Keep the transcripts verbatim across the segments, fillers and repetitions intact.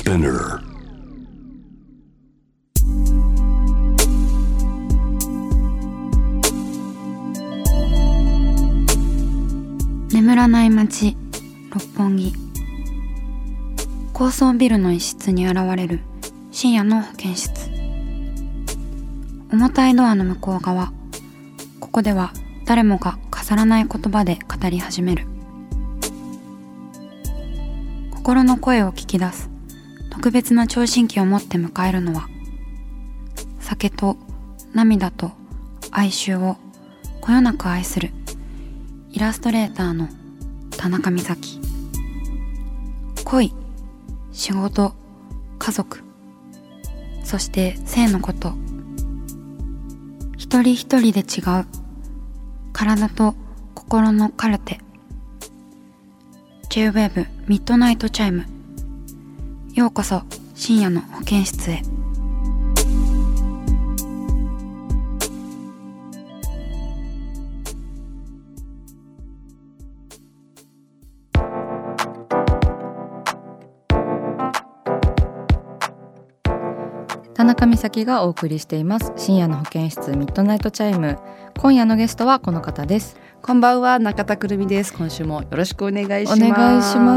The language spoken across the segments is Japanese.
Spinner。 眠らない街六本木。高層ビルの一室に現れる深夜の保健室。重たいドアの向こう側、ここでは誰もが飾らない言葉で語り始める。心の声を聞き出す特別な聴診器を持って迎えるのは、酒と涙と哀愁をこよなく愛するイラストレーターの田中美咲。恋、仕事、家族、そして性のこと、一人一人で違う体と心のカルテ。 J-ウェーブ ミッドナイトチャイム。ようこそ深夜の保健室へ。 田中美咲がお送りしています深夜の保健室ミッドナイトチャイム。今夜のゲストはこの方です。 こんばんは、中田くるみです。今週もよろしくお願いします。 お願いします。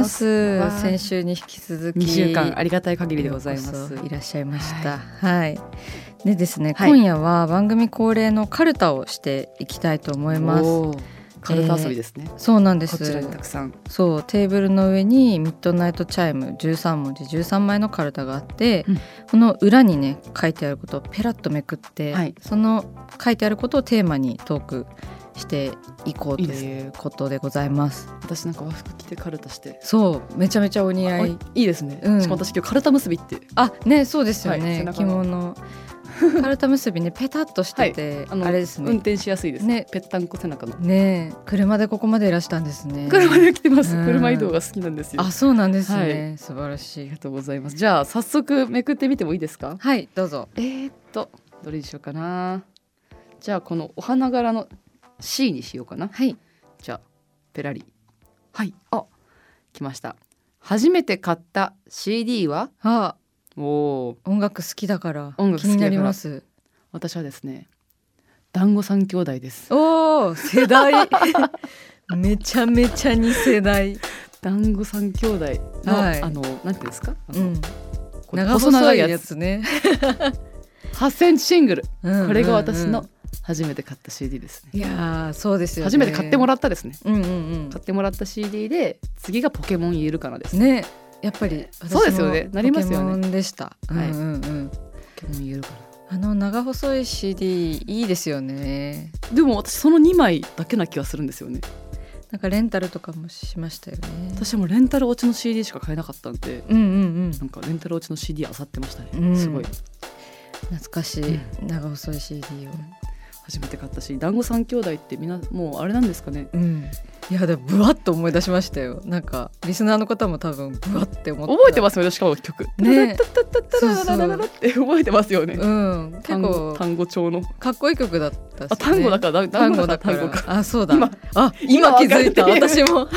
先週に引き続きにしゅうかんありがたい限りでございます。 いらっしゃいました。はい、はい、でですね、 はい、 今夜は番組恒例のカルタをしていきたいと思います。 カルタ遊びですね、 えー、そうなんです。 こちらにたくさん、 そう、テーブルの上にミッドナイトチャイムじゅうさんもじじゅうさんまいのカルタがあって、うん、この裏にね書いてあることをペラッとめくって、はい、その書いてあることをテーマにトークしていこうということでございます。 いいですね。私なんか和服着てカルタして、 そうめちゃめちゃお似合い。 いいですね、うん、しかも私今日カルタ結びってあね、そうですよね、 はい、 着物カルタ結びねペタッとしてて、はい、あのあれですね、 運転しやすいですね。ぺったんこ背中のね。車でここまでいらしたんですね。 車で来てます、うん、車移動が好きなんですよ。 あ、そうなんですね、はい、素晴らしい。 ありがとうございます。じゃあ早速めくってみてもいいですか。 はい、どうぞ。 えー、っとどれにしようかな。じゃあこのお花柄の C にしようかな。 はい、 じゃあペラリ。はい、あ、来ました。初めて買った シーディー は。 あ、 お音楽好きだから音楽好きだから気になります。 私はですね、団子三兄弟です。 おー、世代めちゃめちゃに世代。 団子三兄弟の、はい、あのなんていうんですか、あの、うん、 こ長細いやつねはちセンチシングル、うんうんうん、これが私の初めて買った シーディー ですね。 いやそうですよね。 初めて買ってもらったですね、 うんうんうん、 買ってもらった シーディー で、次がポケモン言えるかなですね。 ね、やっぱりそうですよね、なりますよね。 ポケモンでした、 はい、 うんうんうん、 ポケモン言えるかな。 あの長細い シーディー いいですよね。 でも私そのにまいだけな気がするんですよね。 なんかレンタルとかもしましたよね。 私もレンタル落ちの シーディー しか買えなかったんで、 うんうんうん、 なんかレンタル落ちの シーディー 漁ってましたね、 うん、 すごい懐かしい、うん、長細い シーディー を初めて買ったし、団子三兄弟ってみんなもうあれなんですかね、 うん、いやでもブワッと思い出しましたよ。なんかリスナーの方も多分ブワッて思って覚えてますよね。しかも曲ね、 そうそうって覚えてますよね、 うん、結構単語調のかっこいい曲だったっすね。 あ、単語だから単語だから単語か。 あ、そうだ、 今あ今気づいた私も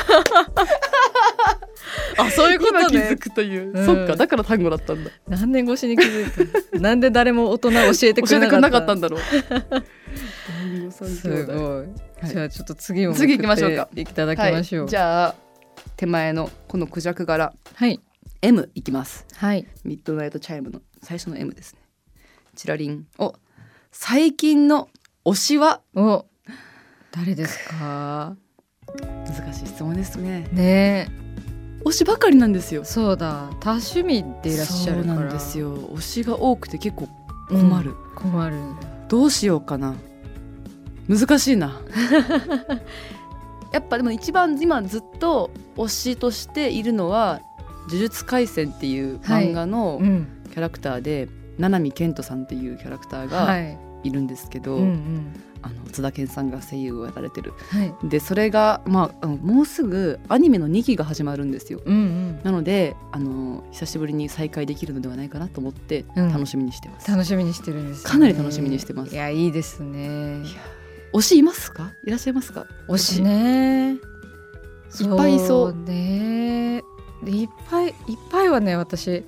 あ、そういうことね。 今気づくという、うん、そっか、だから単語だったんだ。 何年越しに気づいたなんで誰も大人教えてくれなかった教えてくれなかったんだろうすごい、はい、じゃあちょっと次を次行きましょうか。 いただきましょう、 はい、じゃあ手前のこのクジャク柄、 はい、 エム いきます、 はい、 ミッドナイトチャイムの最初の エム ですね。チラリン。お、最近の推しは。 お、誰ですか。 難しい質問ですね。 ねえ、推しばかりなんですよ。 そうだ、多趣味でいらっしゃるから。 そうなんですよ。推しが多くて結構困る、うん、 困る。どうしようかな、難しいなやっぱでも一番今ずっと推しとしているのは呪術廻戦っていう漫画のキャラクターで、はい、うん、七海健人さんっていうキャラクターがいるんですけど、はい、うんうん、あの津田健さんが声優をやられてる、はい、でそれが、まあ、もうすぐアニメのにきが始まるんですよ、うんうん、なのであの久しぶりに再会できるのではないかなと思って楽しみにしてます、 うん、楽しみにしてるんです、ね、 かなり楽しみにしてます。 いや、いいですね。 いや、推しいますか、いらっしゃいますか。 推しね、いっぱいいそうね、いっぱいいっぱいはね、私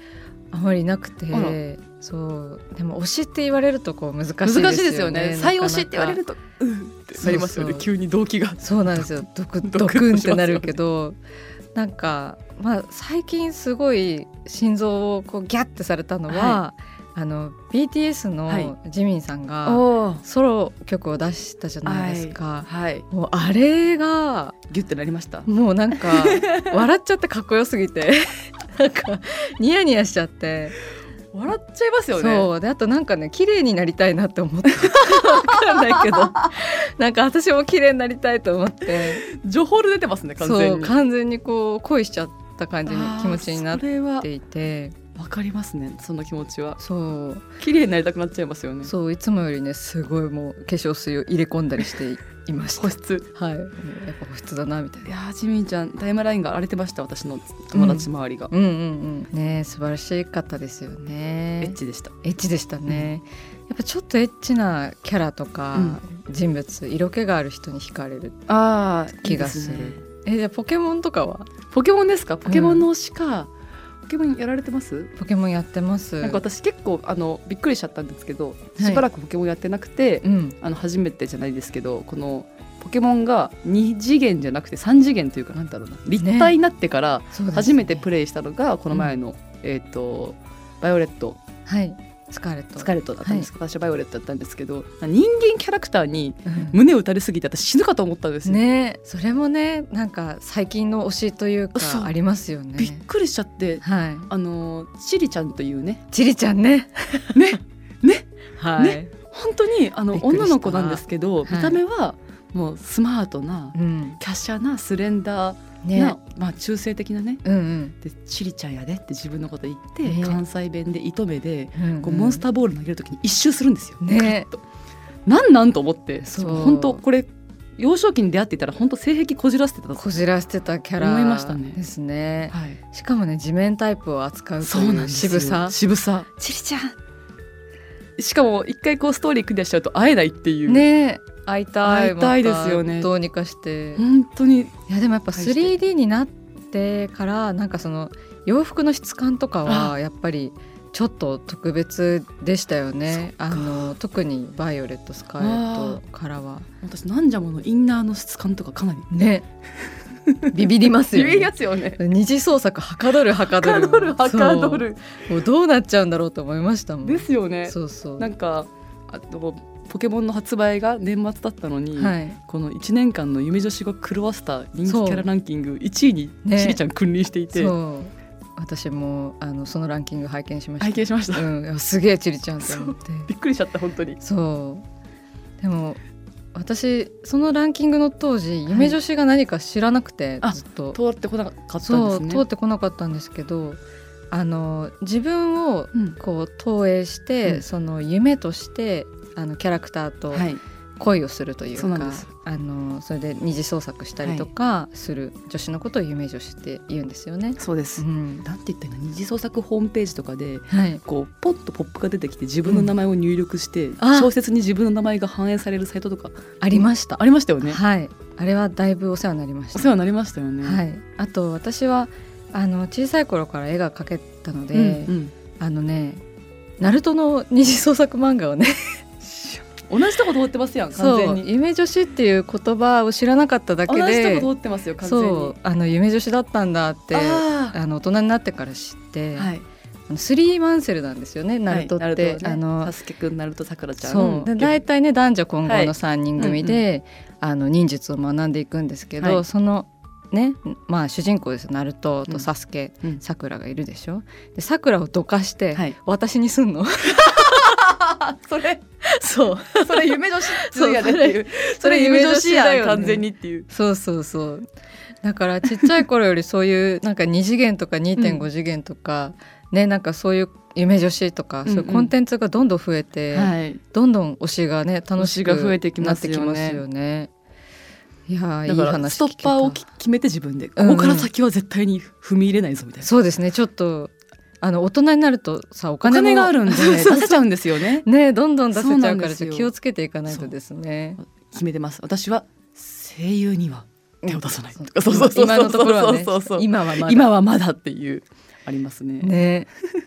あまりいなくて、そうでも推しって言われるとこう難しいですよね。 難しいですよね。再推しって言われるとうんってなりますよね。そうそう、急に動機がそうなんですよ。ドクドクンってなるけど、なんか、まあ、最近すごい心臓をこうギャッてされたのは、はい、あの ビーティーエス のジミンさんがソロ曲を出したじゃないですか、はいはい、もうあれがギュッてなりました。 もうなんか笑っちゃってかっこよすぎてなんかニヤニヤしちゃって笑っちゃいますよね。 そうで、あとなんかね綺麗になりたいなって思って分かんないけどなんか私も綺麗になりたいと思って情報出てますね。完全にそう完全にこう恋しちゃった感じに気持ちになっていて、 わかりますね、その気持ちは。 そう綺麗になりたくなっちゃいますよね。 そういつもよりねすごいもう化粧水を入れ込んだりしていました保湿、 はい、やっぱ保湿だなみたいな。 いやジミンちゃんタイムラインが荒れてました。私の友達周りが、 うん、うんうんうんね、素晴らしかったですよね。 エッチでした。 エッチでしたね、うん、やっぱちょっとエッチなキャラとか、うん、人物色気がある人に惹かれる気がする。いいですね。えじゃあポケモンとかは？ ポケモンですか？ポケモンの推しか、うん、ポケモンやられてます？ ポケモンやってます。 なんか私結構あのびっくりしちゃったんですけど、しばらくポケモンやってなくて、はい、あの初めてじゃないですけど、このポケモンがに次元じゃなくてさん次元というかなんだろうな、立体になってから初めてプレイしたのがこの前の、うん、えーとバイオレット、 はい、スカーレットスカーレットだったんですけど、はい、私はバイオレットだったんですけど、人間キャラクターに胸を打たれすぎて私死ぬかと思ったんですよ、 ね、それもねなんか最近の推しというかありますよね。 びっくりしちゃって、はい、あのチリちゃんというねチリちゃんねねね、 はい、 ね本当にあの女の子なんですけど、見た目はもうスマートな、うん、華奢なスレンダーな、ね、まあ、中性的なね、うんうん、でチリちゃんやでって自分のこと言って、ね、関西弁で糸目で、うんうん、こうモンスターボール投げるときに一周するんですよ、ね、なんなんと思って、本当これ幼少期に出会っていたら本当性癖こじらせてたこじらせてたキャラ思いましたね。ですね、はい、しかもね地面タイプを扱うという渋さ渋さチリちゃん、 しかも一回こうストーリークリアしちゃうと会えないっていうね。会いたい、 会いたいですよね。 どうにかして本当に。いやでもやっぱ スリーディー になってからなんかその洋服の質感とかはやっぱりちょっと特別でしたよね。あの特にバイオレットスカーレットからは私なんじゃものインナーの質感とかかなりねビビりますよね。 ビビりますよね。 二次創作はかどるはかどるはかどるはかどる、 もうどうなっちゃうんだろうと思いましたもん。 ですよね。 そうそう、 なんかあとポケモンの発売が年末だったのに、はい、このいちねんかんの夢女子が狂わせた人気キャラランキングいちいにチリちゃん君臨していて、ね、 そう私もあのそのランキング拝見しました。 拝見しました、 うん、すげえチリちゃんって思ってびっくりしちゃった本当に。 そうでも私そのランキングの当時夢女子が何か知らなくて、はい、ずっと通ってこなかったんですね。 そう通ってこなかったんですけど、あの自分をこう投影して、うん、その夢としてあのキャラクターと恋をするというか、はい、そうあのそれで二次創作したりとかする女子のことを夢女子って言うんですよね。 そうです、うん、なんて言ったらいいの、二次創作ホームページとかで、はい、こうポッとポップが出てきて自分の名前を入力して、うん、小説に自分の名前が反映されるサイトとかありました、 ありましたよね。 はい、あれはだいぶお世話になりました。 お世話になりましたよね、 はい、あと私はあの小さい頃から絵が描けたので、うんうん、あのねナルトの二次創作漫画をね同じとこ通ってますやん完全に。 そう夢女子っていう言葉を知らなかっただけで同じとこ通ってますよ完全に。 そうあの夢女子だったんだってああの大人になってから知って、はい、あのスリーマンセルなんですよねナルトって、はいね、あのサスケくんナルトさくらちゃん。 そうで大体ね男女混合のさんにん組で、はいうんうん、あの忍術を学んでいくんですけど、はい、そのねまあ、主人公ですナルトとサスケ、うん、さくらがいるでしょ。でさくらをどかして、はい、私にすんのそれそうそれ夢女子っていうっていうそれ夢女子や、ね、完全にっていう。 そうそうそうだからちっちゃい頃よりそういうなんかに次元とか にてんご 次元とか、うん、ねなんかそういう夢女子とか、うんうん、そういうコンテンツがどんどん増えて、はい、どんどん推しがね楽しくなってきますよね。いやいい話聞けた。だからストッパーを決めて自分でここから先は絶対に踏み入れないぞみたいな、うん、 そうですね。ちょっとあの大人になるとさお金もお金があるんで出せちゃうんですよねねどんどん出せちゃうから気をつけていかないとですね。 決めてます私は声優には手を出さないとか、 そうそうそう今のところはね今はまだ今はまだっていうありますね。 ね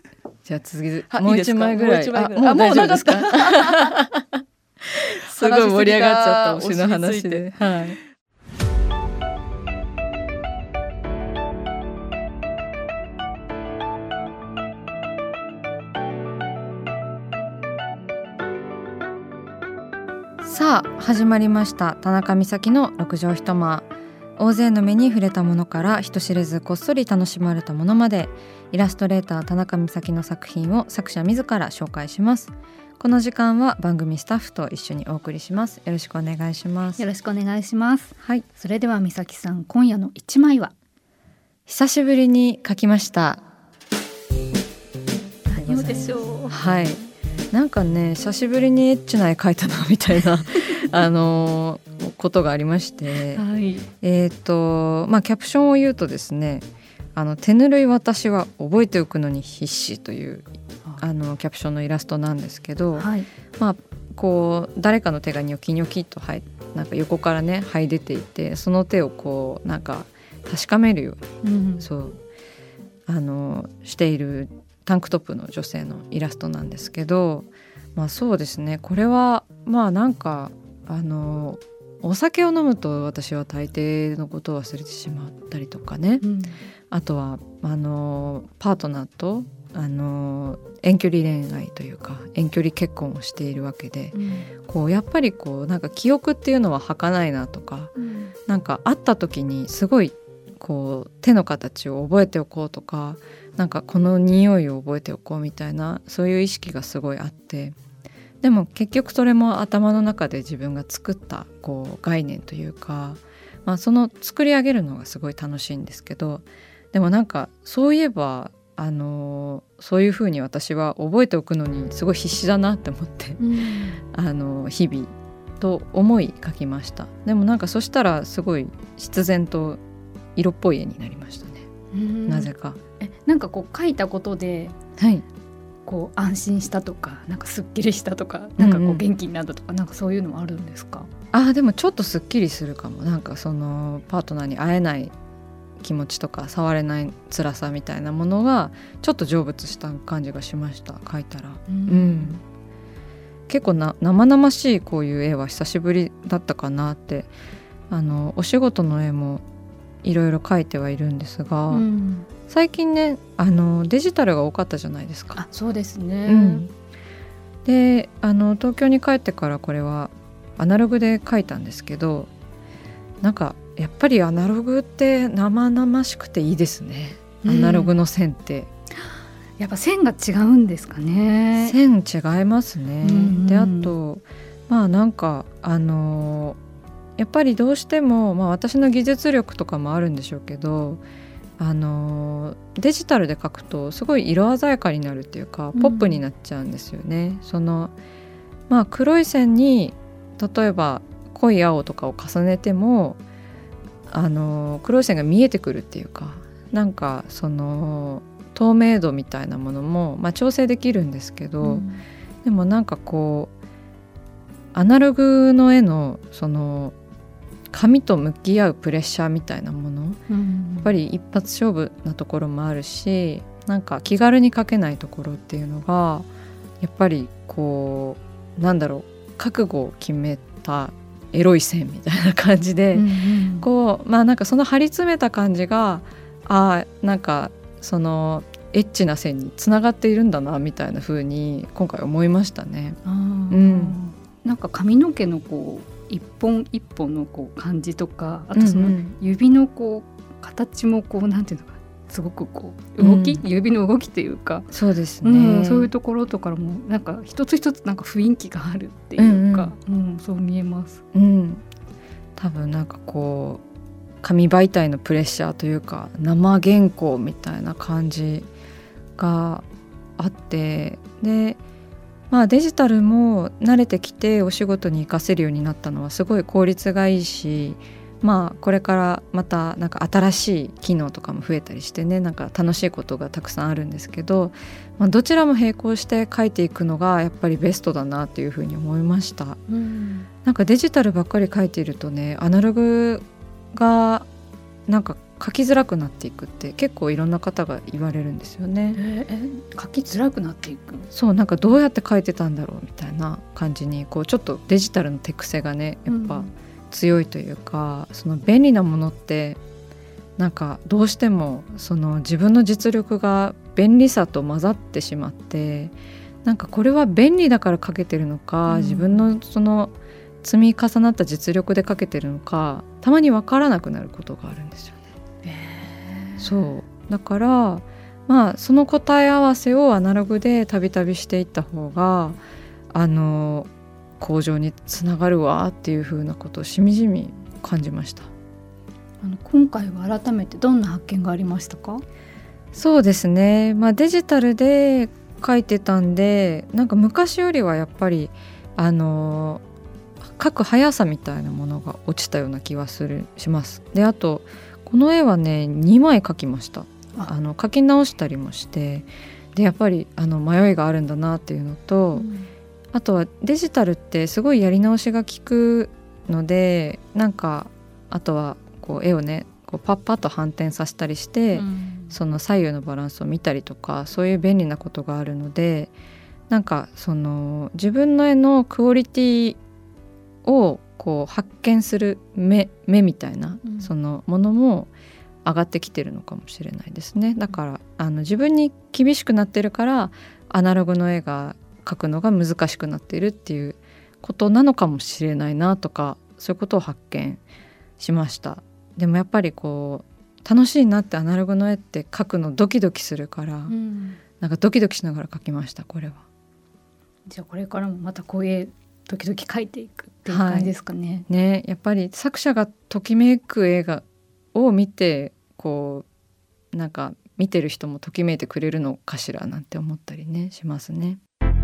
じゃあ次もう一枚ぐらい。 いいあもう大丈夫ですか？ すごい盛り上がっちゃった推しの話で。はい。さあ始まりました田中美咲の六畳一間。大勢の目に触れたものから人知れずこっそり楽しまれたものまで、イラストレーター田中美咲の作品を作者自ら紹介します。この時間は番組スタッフと一緒にお送りします。よろしくお願いします。 よろしくお願いします。 はい。 それでは美咲さん、今夜の一枚は？ 久しぶりに描きました。 何をでしょう？ はい。なんかね、久しぶりにエッチな絵描いたなみたいなあのー、ことがありまして、 はい、 えーとまあ、キャプションを言うとですね、あの手ぬるい私は覚えておくのに必死というあのキャプションのイラストなんですけど、 はい、 まあ、こう誰かの手がニョキニョキとはいなんか横からね這い出ていて、その手をこうなんか確かめるように、うん、そうあのしているタンクトップの女性のイラストなんですけど、まあそうですね、これはまあなんかあのお酒を飲むと私は大抵のことを忘れてしまったりとかね、うん、あとはあのパートナーとあの遠距離恋愛というか遠距離結婚をしているわけで、うん、こうやっぱりこうなんか記憶っていうのは儚いなとか、うん、なんか会った時にすごいこう手の形を覚えておこうとか、なんかこの匂いを覚えておこうみたいな、そういう意識がすごいあって、でも結局それも頭の中で自分が作ったこう概念というか、まあ、その作り上げるのがすごい楽しいんですけど、でもなんかそういえばあのそういうふうに私は覚えておくのにすごい必死だなって思って、うん、あの日々と思い描きました。でもなんかそしたらすごい必然と色っぽい絵になりましたね。なぜかえなんかこう描いたことで、 はい、 こう安心したとか、なんかすっきりしたとか、なんかこう元気になったとか、うんうん、なんかそういうのもあるんですか？ あでもちょっとすっきりするかも。なんかそのパートナーに会えない気持ちとか触れない辛さみたいなものがちょっと成仏した感じがしました、描いたら、うんうん、結構な生々しいこういう絵は久しぶりだったかなって。あのお仕事の絵もいろいろ描いてはいるんですが、うん、最近ねあのデジタルが多かったじゃないですか。 あそうですね、 うん、であの東京に帰ってからこれはアナログで描いたんですけど、なんかやっぱりアナログって生々しくていいですね。アナログの線って、うん、 やっぱ線が違うんですかね。 線違いますね、うんうん、であとまあなんかあのやっぱりどうしても、まあ、私の技術力とかもあるんでしょうけど、あのデジタルで描くとすごい色鮮やかになるっていうかポップになっちゃうんですよね、うん、そのまあ黒い線に例えば濃い青とかを重ねてもあの黒い線が見えてくるっていうか、なんかその透明度みたいなものも、まあ、調整できるんですけど、うん、でもなんかこうアナログの絵のその紙と向き合うプレッシャーみたいなもの、うん、やっぱり一発勝負なところもあるし、なんか気軽に描けないところっていうのがやっぱりこうなんだろう、覚悟を決めたエロい線みたいな感じで、うんうん、こうまあなんかその張り詰めた感じがあなんかそのエッチな線につながっているんだなみたいな風に今回思いましたね。 あ、うん、なんか髪の毛のこう一本一本のこう感じとか、あとその指のこう形もこうなんていうのかすごくこう動き、うん、指の動きというか、 そうですね、 うん、そういうところとかもなんか一つ一つなんか雰囲気があるっていうか、うんうんうん、そう見えます、 うん、多分なんかこう紙媒体のプレッシャーというか生原稿みたいな感じがあって、でまあ、デジタルも慣れてきてお仕事に活かせるようになったのはすごい効率がいいし、まあ、これからまたなんか新しい機能とかも増えたりしてね、なんか楽しいことがたくさんあるんですけど、まあ、どちらも並行して書いていくのがやっぱりベストだなっていうふうに思いました、うん、なんかデジタルばっかり書いているとね、アナログがなんか書きづらくなっていくって結構いろんな方が言われるんですよね。 えー、書きづらくなっていく。 そうなんかどうやって書いてたんだろうみたいな感じにこうちょっとデジタルの手癖がねやっぱ強いというか、うん、その便利なものってなんかどうしてもその自分の実力が便利さと混ざってしまって、なんかこれは便利だから書けてるのか、うん、自分のその積み重なった実力で書けてるのかたまに分からなくなることがあるんですよね。えー、そうだからまあその答え合わせをアナログでたびたびしていった方があの向上につながるわっていうふうなことをしみじみ感じました。 あの今回は改めてどんな発見がありましたか？ そうですね、まあ、デジタルで書いてたんでなんか昔よりはやっぱりあの書く速さみたいなものが落ちたような気はするします。であとこの絵はねにまい描きました。あの描き直したりもしてでやっぱりあの迷いがあるんだなっていうのと、うん、あとはデジタルってすごいやり直しが効くのでなんかあとはこう絵をねこうパッパッと反転させたりして、うん、その左右のバランスを見たりとかそういう便利なことがあるのでなんかその自分の絵のクオリティをこう発見する 目, 目みたいな、うん、そのものも上がってきてるのかもしれないですね。だからあの自分に厳しくなってるからアナログの絵が描くのが難しくなっているっていうことなのかもしれないなとかそういうことを発見しました。でもやっぱりこう楽しいなってアナログの絵って描くのドキドキするから、うん、なんかドキドキしながら描きましたこれは。 じゃあこれからもまたこういうドキドキ描いていくっていう感じですかね。 はい、ねやっぱり作者がときめく映画を見てこうなんか見てる人もときめいてくれるのかしらなんて思ったりねしますね。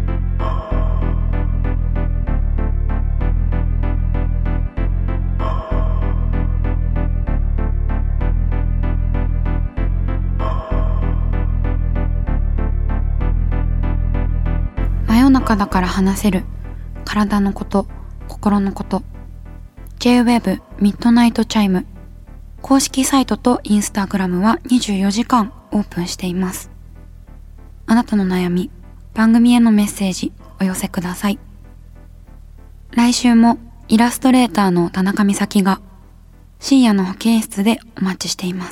真夜中だから話せる体のこと、心のこと。 ジェイウェブ ミッドナイトチャイム公式サイトとインスタグラムはにじゅうよじかんオープンしています。あなたの悩み、番組へのメッセージお寄せください。来週もイラストレーターの田中美咲が深夜の保健室でお待ちしています。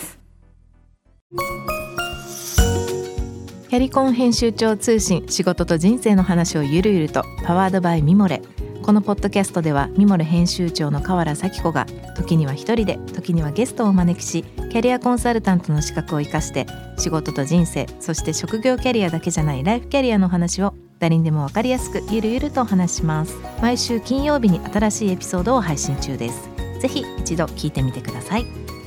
キャリコン編集長通信、仕事と人生の話をゆるゆると、パワードバイミモレ。このポッドキャストではミモレ編集長の河原咲子が時には一人で時にはゲストをお招きし、キャリアコンサルタントの資格を生かして仕事と人生、そして職業キャリアだけじゃないライフキャリアの話を誰にでも分かりやすくゆるゆるとお話します。毎週金曜日に新しいエピソードを配信中です。ぜひ一度聞いてみてください。